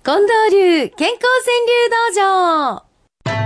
近藤流健康川柳道場。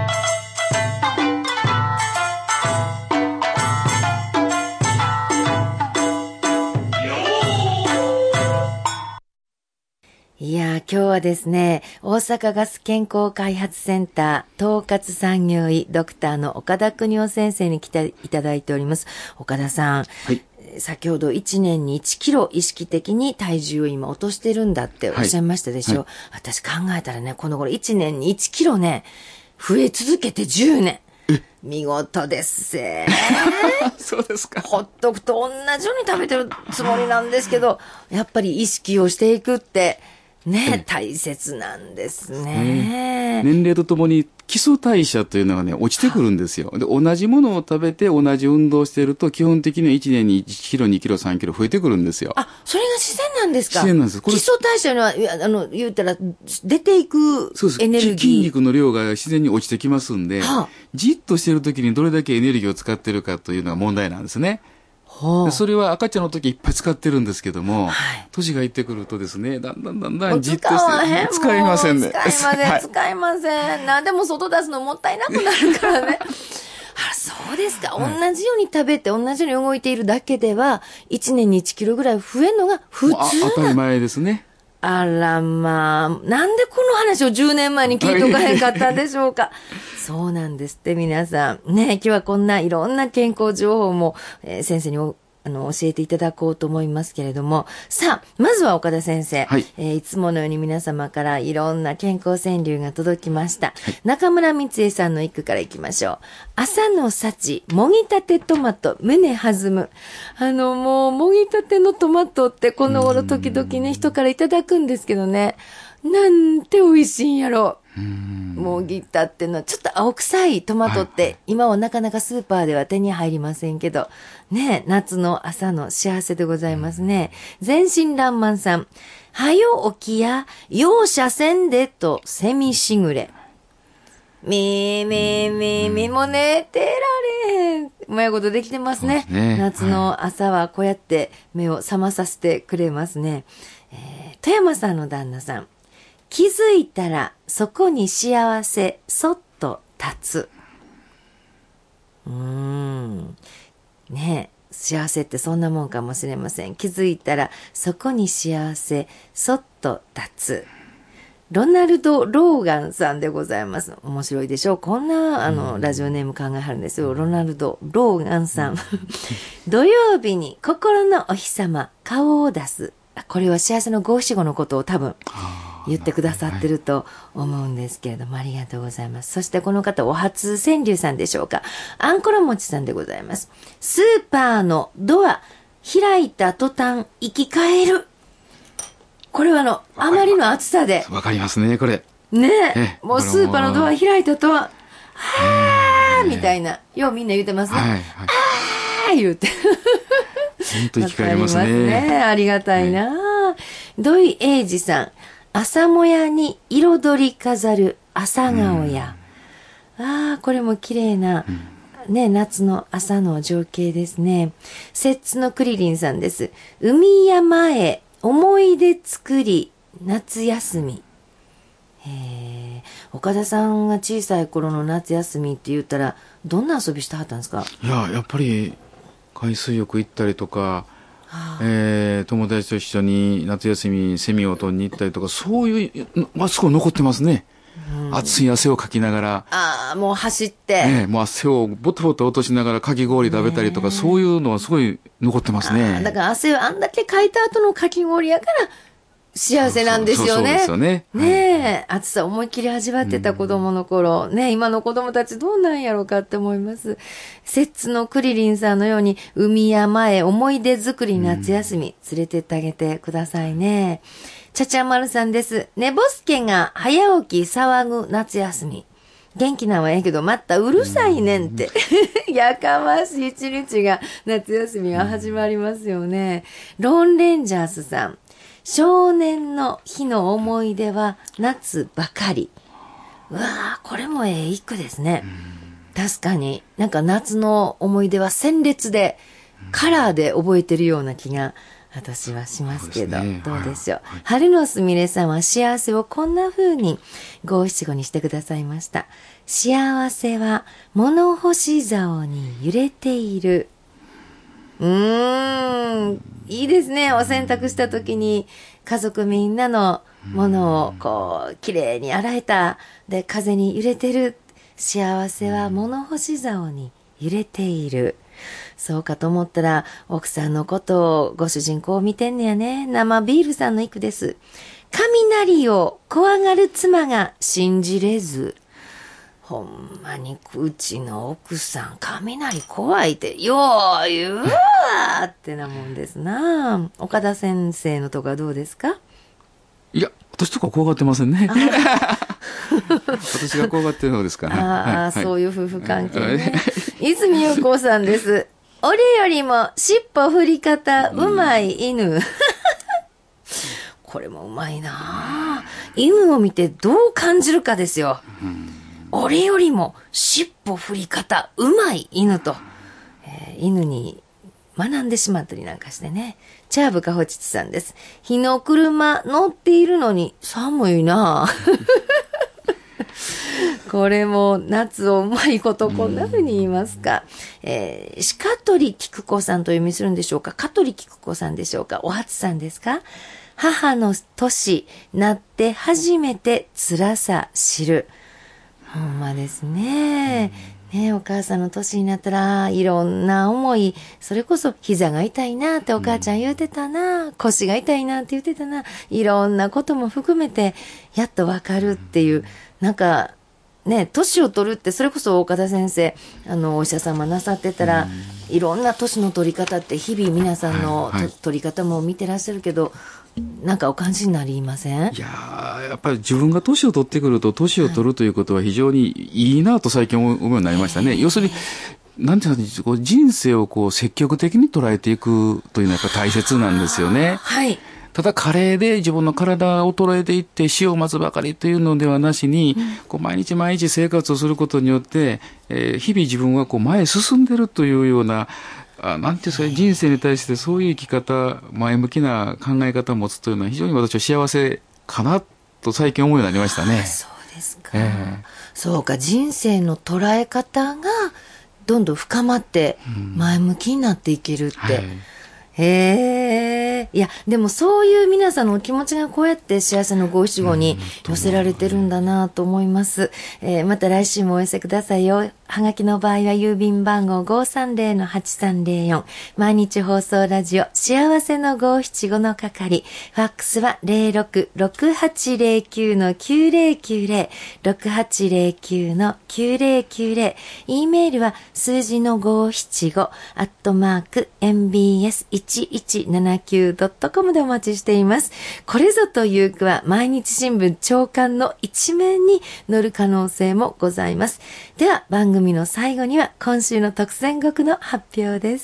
いやー、今日はですね、大阪ガス健康開発センター統括産業医ドクターの岡田邦夫先生に来ていただいております。岡田さん、はい、先ほど1年に1キロ意識的に体重を今落としてるんだっておっしゃいましたでしょ、はいはい、私考えたらね、この頃1年に1キロね、増え続けて10年。見事ですね。 そうですか。 ほっとくと同じように食べてるつもりなんですけど、やっぱり意識をしていくってね、大切なんですね。 年齢とともに基礎代謝というのがね、落ちてくるんですよ。で、同じものを食べて同じ運動をしていると、基本的には1年に1キロ、2キロ、3キロ増えてくるんですよ。 あ、それが自然なんですか？ 自然なんです。 基礎代謝には、言うたら、出ていくエネルギー。 筋肉の量が自然に落ちてきますんで、じっとしている時にどれだけエネルギーを使っているかというのが問題なんですね。でそれは赤ちゃんの時いっぱい使ってるんですけども、年がいってくるとですね、だんだんじっとして使いませんね。 使いません。何でも外出すのもったいなくなるからね。あ、そうですか。同じように食べて同じように動いているだけでは1年に1キロぐらい増えるのが普通な。 当たり前ですね。 あらまあ、なんでこの話を10年前に聞いとかへんかったんでしょうか。そうなんですって皆さん。ね、今日はこんないろんな健康情報も、先生に教えていただこうと思いますけれども。さあ、まずは岡田先生。はい。いつものように皆様からいろんな健康川柳が届きました。はい、中村光恵さんの一句からいきましょう。朝の幸、もぎたてトマト、胸弾む。もう、もぎたてのトマトってこの頃時々ね、人からいただくんですけどね。なんて美味しいんやろ。もぎたってのはちょっと青臭いトマトって今はなかなかスーパーでは手に入りませんけどね、夏の朝の幸せでございますね。全身爛漫さん、はよ起きや容赦せんでとセミしぐれ、みも寝てられへん。うまいことできてますね。夏の朝はこうやって目を覚まさせてくれますね。富山さんの旦那さん、気づいたらそこに幸せそっと立つ。ねえ、幸せってそんなもんかもしれません。気づいたらそこに幸せそっと立つ。ロナルド・ローガンさんでございます。面白いでしょう。こんなラジオネーム考えはるんですよ。ロナルド・ローガンさん。土曜日に心のお日様顔を出す。これは幸せの五七五のことを多分言ってくださってると思うんですけれども、ありがとうございます。そしてこの方、お初川柳さんでしょうか。あんころもちさんでございます。スーパーのドア開いた途端生き返る。これはあまりの暑さでわかりますね、これねえ、もうスーパーのドア開いたとはみたいなようみんな言ってますね。言うて本当に聞かれますね。 ありがたいな。土井英二さん、朝もやに彩り飾る朝顔や。これも綺麗な、ね、夏の朝の情景ですね。摂津のクリリンさんです。海山へ思い出作り夏休み。岡田さんが小さい頃の夏休みって言ったらどんな遊びしてはったんですか？ やっぱり海水浴行ったりとか、友達と一緒に夏休みセミを取りに行ったりとか、そういうすごい残ってますね。熱い汗をかきながら、もう走って、 もう汗をボトボト落としながらかき氷食べたりとか、そういうのはすごい残ってますね。 だから汗をあんだけかいた後のかき氷やから幸せなんですよね。 そうですよね。 ねえ、暑さ思いっきり味わってた子供の頃、ね、今の子供たちどうなんやろうかって思います。摂津のクリリンさんのように海山へ思い出作り夏休み連れてってあげてくださいね。ちゃちゃまるさんです。寝ぼすけが早起き騒ぐ夏休み。元気なんはええけどまたうるさいねんってやかましい一日が夏休みは始まりますよね。ロンレンジャースさん、少年の日の思い出は夏ばかり。うわー、これも一句ですね。確かになんか夏の思い出は鮮烈でカラーで覚えてるような気が私はしますけど、 ね、 どうでしょう。はい、春のすみれさんは幸せをこんな風に五七五にしてくださいました。幸せは物干し竿に揺れている。いいですね。お洗濯した時に家族みんなのものをこうきれいに洗えた。で、風に揺れてる。幸せは物干し竿に揺れている。そうかと思ったら奥さんのことをご主人こう見てんねやね。生ビールさんの一句です。雷を怖がる妻が信じれず。ほんまにうちの奥さん雷怖いってよう言うわってなもんですな。岡田先生のとかどうですか？ いや、私とか怖がってませんね。私が怖がってるのですかね。 はい、そういう夫婦関係ね。泉陽子さんです。俺よりも尻尾振り方うまい犬。これもうまいな。犬を見てどう感じるかですよ。俺よりも尻尾振り方うまい犬と、犬に学んでしまったりなんかしてね。チャーブカホチチさんです。日の車乗っているのに寒いな。これも夏をうまいことこんな風に言いますか。鹿取菊子さんと読みするんでしょうか。香取菊子さんでしょうか。お初さんですか。母の年なって初めて辛さ知る。ほんまですね。ね、お母さんの年になったらいろんな思い、それこそ膝が痛いなってお母ちゃん言うてたな、腰が痛いなって言ってたな、いろんなことも含めてやっとわかるっていう、なんかね、年を取るってそれこそ岡田先生お医者様なさってたら、いろんな年の取り方って日々皆さんの、取り方も見てらっしゃるけど、なんかお感じになりません？ いややっぱり自分が年を取ってくると年を取るということは非常にいいなと最近思うようになりましたね。要するになんていうの、人生をこう積極的に捉えていくというのはやっぱり大切なんですよね。 はい。 ただ加齢で自分の体が衰えていって死を待つばかりというのではなしに、こう毎日毎日生活をすることによって、日々自分はこう前へ進んでるというようななんていうか人生に対してそういう生き方、前向きな考え方を持つというのは非常に私は幸せかなと最近思うようになりましたね。 そうですか。そうか、人生の捉え方がどんどん深まって前向きになっていけるって。いや、でもそういう皆さんのお気持ちがこうやって幸せの五七五に寄せられてるんだなと思います。また来週もお寄せくださいよ。はがきの場合は郵便番号 530-8304 毎日放送ラジオ幸せの五七五の係。ファックスは 066809-9090 6809-9090。E メールは数字の575 @mbs1179.com でお待ちしています。これぞという句は毎日新聞朝刊の一面に載る可能性もございます。では番組の最後には今週の特選語句の発表です。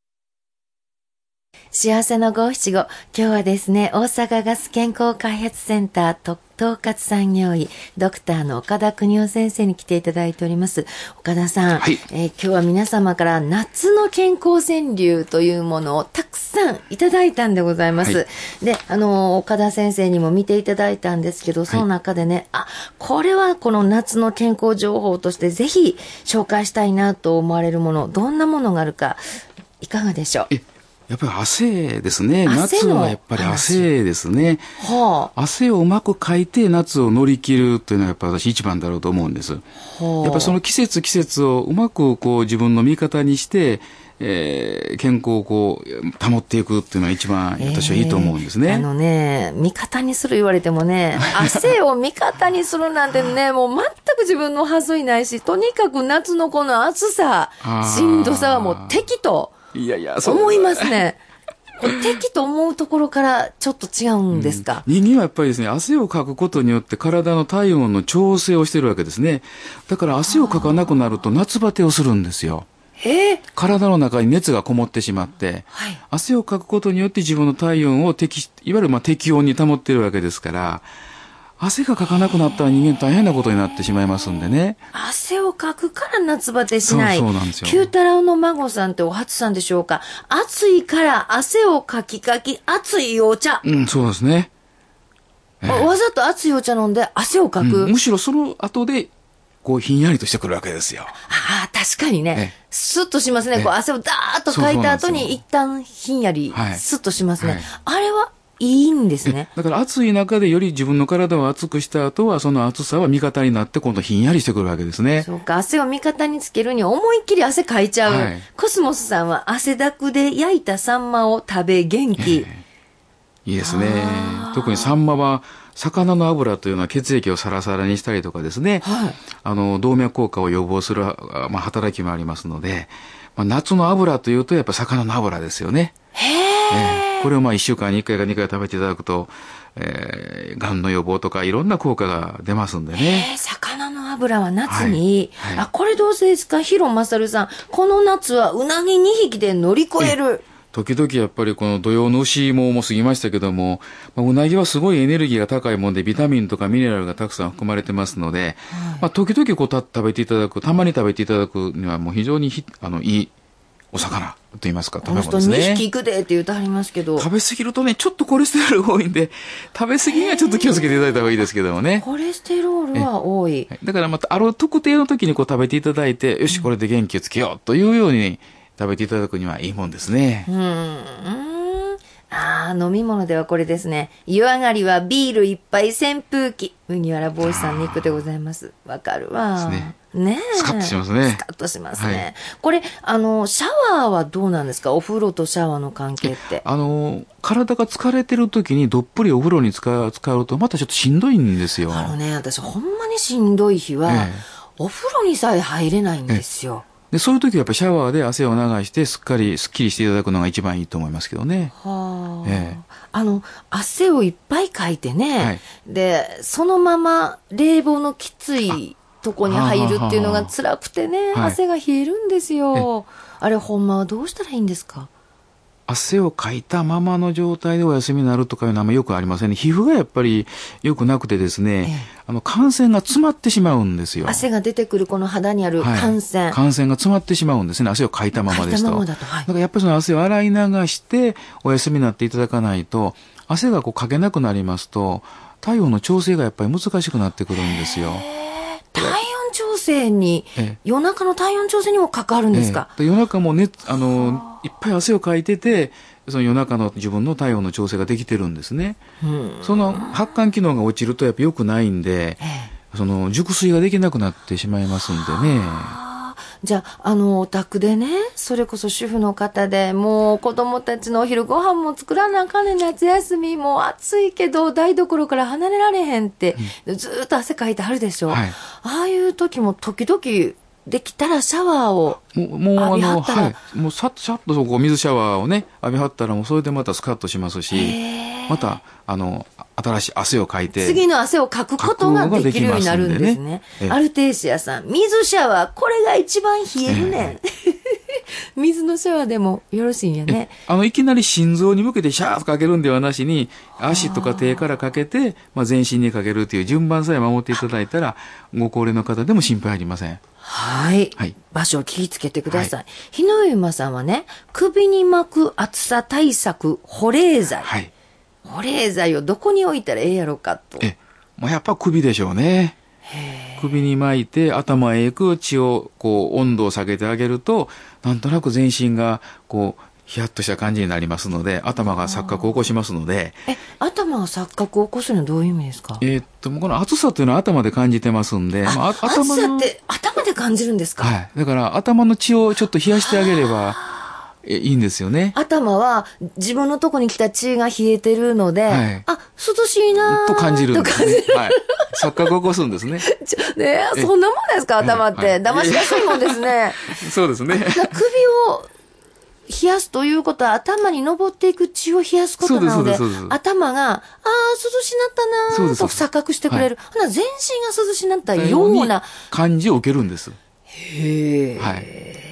幸せの五七五、今日はですね、大阪ガス健康開発センター統括産業医ドクターの岡田邦夫先生に来ていただいております。岡田さん、今日は皆様から夏の健康川柳というものをたくさんいただいたんでございます。で、岡田先生にも見ていただいたんですけど、その中でね、これはこの夏の健康情報としてぜひ紹介したいなと思われるもの、どんなものがあるかいかがでしょう？ やっぱり汗ですね。夏はやっぱり汗ですね。汗をうまくかいて夏を乗り切るというのはやっぱり私一番だろうと思うんです。やっぱりその季節をうまくこう自分の味方にして、健康をこう保っていくっていうのは一番私はいいと思うんですね。 味方にする言われてもね、汗を味方にするなんてね、もう全く自分の発想にないし、とにかく夏のこの暑さ、しんどさはもう敵と思いますね。敵と思うところからちょっと違うんですか？ 人間はやっぱりですね、汗をかくことによって体の体温の調整をしているわけですね。だから汗をかかなくなると夏バテをするんですよ。体の中に熱がこもってしまって、汗をかくことによって自分の体温をいわゆる適温に保っているわけですから、 汗がかかなくなったら人間大変なことになってしまいますんでね。 汗をかくから夏バテしない。 そうなんですよ。 九太郎の孫さんってお初さんでしょうか。暑いから汗をかき熱いお茶。 そうですね。 わざと熱いお茶飲んで汗をかく。 むしろその後で、こうひんやりとしてくるわけですよ。 ああ、確かにね。スッとしますね。こう汗をダーッとかいた後に一旦ひんやり、スッとしますね。あれはいいんですね。 だから暑い中でより自分の体を熱くした後は、その暑さは味方になって今度ひんやりしてくるわけですね。 そうか、汗を味方につけるに思いっきり汗かいちゃう。コスモスさんは汗だくで焼いたサンマを食べ元気。 いいですね。特にサンマは、魚の油というのは血液をサラサラにしたりとかですね、動脈硬化を予防する、働きもありますので、夏の油というとやっぱ魚の油ですよね。これを1週間に1回か2回食べていただくと、がんの予防とかいろんな効果が出ますんでね。 魚の油は夏にいい。これどうですか、ヒロマサルさん。この夏はうなぎ2匹で乗り越える。 時々やっぱりこの土用の牛も過ぎましたけども、うなぎはすごいエネルギーが高いもんでビタミンとかミネラルがたくさん含まれてますので、時々食べていただく、たまに食べていただくにはもう非常にいいお魚と言いますか、 卵ですね。2匹いくでって言うとありますけど。 食べ過ぎるとね、ちょっとコレステロール多いんで、食べ過ぎにはちょっと気をつけていただいた方がいいですけどもね。 コレステロールは多い。 だからある特定の時に食べていただいて、よし、これで元気をつけようというように、食べていただくにはいいもんですね。 飲み物ではこれですね。湯上がりはビール一杯扇風機。麦わら帽子さんに行くでございます。わかるわ。ねえ。 スカッとしますね。 スカッとしますね。これ、シャワーはどうなんですか？お風呂とシャワーの関係って。 体が疲れてる時にどっぷりお風呂に使うとまたちょっとしんどいんですよ。 私ほんまにしんどい日は、お風呂にさえ入れないんですよ。 で、そういう時はやっぱりシャワーで汗を流してすっきりしていただくのが一番いいと思いますけどね。 汗をいっぱいかいてね、で、そのまま冷房のきついとこに入るっていうのが辛くてね、汗が冷えるんですよ。あれほんまはどうしたらいいんですか？ 汗をかいたままの状態でお休みになるとかいうのはよくありませんね。皮膚がやっぱり良くなくてですね、汗腺が詰まってしまうんですよ。 汗が出てくるこの肌にある汗腺。 汗腺が詰まってしまうんですね。汗をかいたままですと。だからやっぱりその汗を洗い流してお休みになっていただかないと、汗がかけなくなりますと、体温の調整がやっぱり難しくなってくるんですよ。 体温調整に、夜中の体温調整にも関わるんですか？ 夜中もね、いっぱい汗をかいてて、その夜中の自分の体温の調整ができてるんですね。その発汗機能が落ちるとやっぱ良くないんで、熟睡ができなくなってしまいますんでね。 じゃあ、お宅でね、それこそ主婦の方で、もう子供たちのお昼ご飯も作らなあかんねん、夏休み、もう暑いけど台所から離れられへんって、ずっと汗かいてはるでしょ。ああいう時も時々、できたらシャワーを浴びはったら、 もうさっとそこ水シャワーをね浴びはったらもうそれでまたスカッとしますし、また新しい汗をかいて次の汗をかくことができるようになるんですね。アルテーシアさん、水シャワーこれが一番冷えるねん。水のシャワーでもよろしいんやね。 いきなり心臓に向けてシャーッとかけるんではなしに、足とか手からかけて、全身にかけるという順番さえ守っていただいたら、ご高齢の方でも心配ありません。 はい。場所を気をつけてください。日の上馬さんはね、首に巻く暑さ対策、保冷剤。保冷剤をどこに置いたらええやろかと。 もうやっぱ首でしょうね。首に巻いて頭へ行く血を温度を下げてあげると、なんとなく全身がヒヤッとした感じになりますので、頭が錯覚を起こしますので。 頭が錯覚を起こすのはどういう意味ですか？ この暑さというのは頭で感じてますんで。 暑さって頭で感じるんですか？ だから頭の血をちょっと冷やしてあげればいいんですよね。 頭は自分のとこに来た血が冷えてるので、涼しいなと感じるんですね。錯覚を起こすんですね。 そんなもんですか、頭って。騙しやすいもんですね。 そうですね。 首を冷やすということは頭に上っていく血を冷やすことなので、頭が、涼しなったなと錯覚してくれる。全身が涼しなったような感じを受けるんです。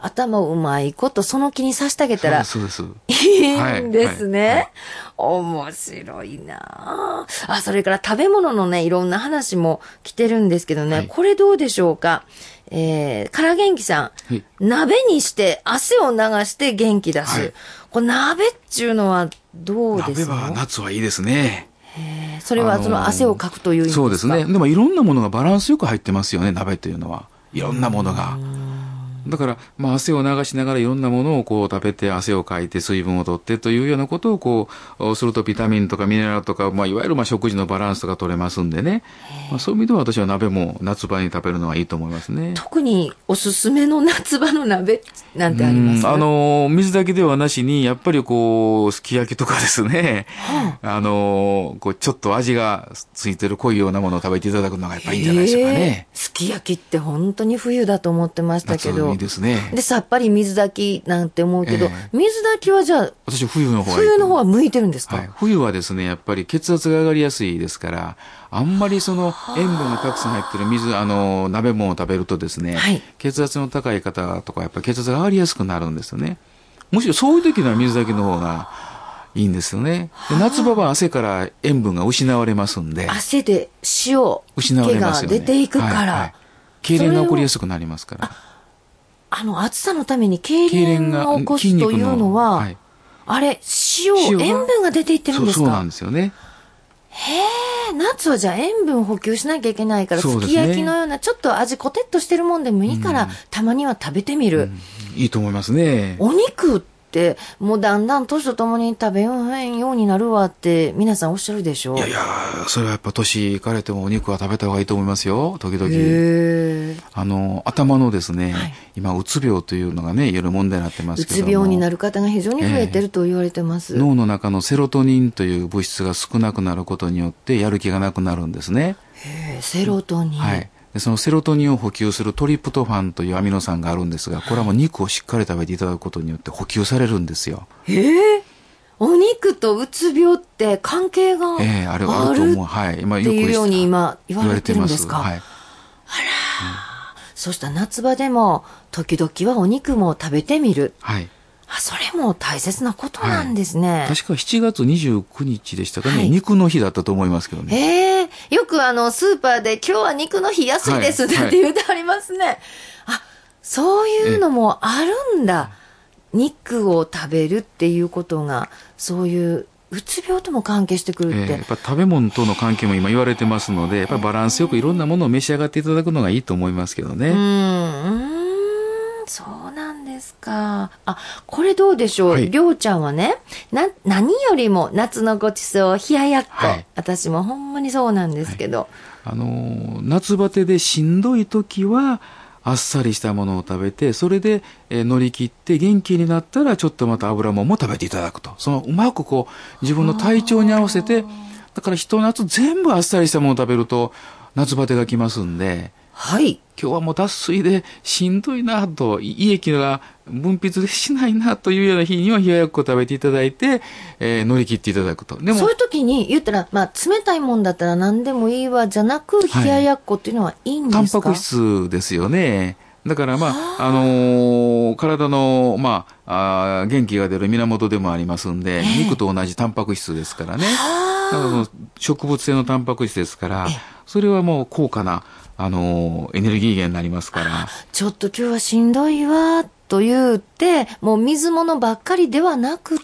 頭をうまいことその気にさせてあげたら、 そうです。 いいんですね。面白いなあ。それから食べ物のね、いろんな話も来てるんですけどね、これどうでしょうか。から元気さん、鍋にして汗を流して元気出す。これ鍋っちゅうのはどうですか？ 鍋は夏はいいですね。 それはその汗をかくという意味ですか？ そうですね。でもいろんなものがバランスよく入ってますよね、鍋というのは。いろんなものが。だから、汗を流しながらいろんなものをこう食べて汗をかいて水分を取ってというようなことをこうするとビタミンとかミネラルとか、いわゆる食事のバランスとか取れますんでね。そういう意味では私は鍋も夏場に食べるのはいいと思いますね。 特におすすめの夏場の鍋なんてありますか？ 水だけではなしに、やっぱりこう、すき焼きとかですね。こうちょっと味がついてる濃いようなものを食べていただくのがやっぱりいいんじゃないでしょうかね。 すき焼きって本当に冬だと思ってましたけど。 いいですね。 で、さっぱり水炊きなんて思うけど、水炊きはじゃあ、 私冬の方が向いてるんですか？ 冬はですね、やっぱり血圧が上がりやすいですから、あんまりその塩分がたくさん入ってる鍋物を食べるとですね、血圧の高い方とかやっぱり血圧が上がりやすくなるんですよね。むしろそういう時には水炊きの方がいいんですよね。で夏場は汗から塩分が失われますんで。 汗で塩気が出ていくから。 痙攣が起こりやすくなりますから。 暑さのために痙攣を起こすというのは、あれ、塩分が出ていってるんですか？ そうなんですよね。 夏はじゃあ塩分補給しなきゃいけないから、すき焼きのようなちょっと味コテッとしてるもんでもいいから、たまには食べてみる。 いいと思いますね。 お肉ってもうだんだん年とともに食べへんようになるわって皆さんおっしゃるでしょ？ いや、それはやっぱ年いかれてもお肉は食べた方がいいと思いますよ、時々。頭のですね、今うつ病というのがね、いろいろ問題になってますけども、 うつ病になる方が非常に増えてると言われてます。 脳の中のセロトニンという物質が少なくなることによってやる気がなくなるんですね。 セロトニン。 でそのセロトニンを補給するトリプトファンというアミノ酸があるんですが、これはもう肉をしっかり食べていただくことによって補給されるんですよ。 お肉とうつ病って関係があると思う。っていうように今言われてるんですか？そうしたら夏場でも時々はお肉も食べてみる。それも大切なことなんですね。 確か7月29日でしたかね、肉の日だったと思いますけどね。よくスーパーで今日は肉の日安いですって言うてありますね。そういうのもあるんだ。肉を食べるっていうことが、そういううつ病とも関係してくるって。 やっぱ食べ物との関係も今言われてますので、やっぱりバランスよくいろんなものを召し上がっていただくのがいいと思いますけどね。 そうなんですか。これどうでしょう。りょうちゃんはね、何よりも夏のごちそう、冷ややっこ。私もほんまにそうなんですけど。 夏バテでしんどい時は、あっさりしたものを食べて、それで、乗り切って元気になったらちょっとまた油もんも食べていただくと。うまく自分の体調に合わせて、だから一夏全部あっさりしたものを食べると夏バテがきますんで、今日はもう脱水でしんどいなと、胃液が分泌しないなというような日には冷ややっこを食べていただいて、乗り切っていただくと。 でもそういう時に言ったら、冷たいもんだったら何でもいいわじゃなく、冷ややっこっていうのはいいんですか？ タンパク質ですよね。だから体の元気が出る源でもありますんで、肉と同じタンパク質ですからね。植物性のタンパク質ですから、それはもう高価なエネルギー源になりますから。 ちょっと今日はしんどいわと言って、もう水物ばっかりではなくって、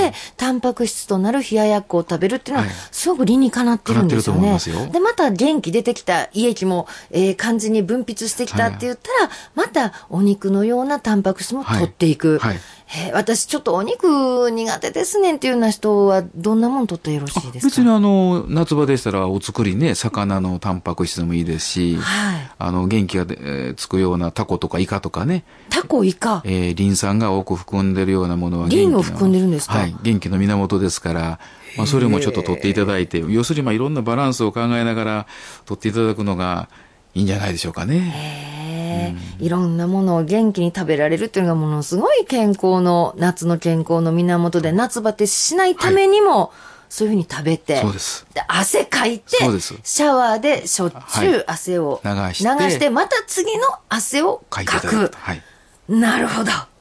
タンパク質となる冷ややっこを食べるっていうのは、すごく理にかなってるんですよね。で、また元気出てきた、胃液も感じに分泌してきたって言ったら、またお肉のようなタンパク質も取っていく。私ちょっとお肉苦手ですねんっていうような人はどんなもの取ってよろしいですか？ 別に夏場でしたらお作りね、魚のタンパク質でもいいですし、元気がつくようなタコとかイカとかね。 タコ、イカ。 リン酸が多く含んでるようなものはリンを含んでるんですか？ 元気の源ですから、それもちょっと取っていただいて、要するにいろんなバランスを考えながら取っていただくのがいいんじゃないでしょうかね。 いろんなものを元気に食べられるっていうのがものすごい夏の健康の源で、夏バテしないためにも、そういうふうに食べて、で汗かいて、シャワーでしょっちゅう汗を流して、また次の汗をかく。 なるほど。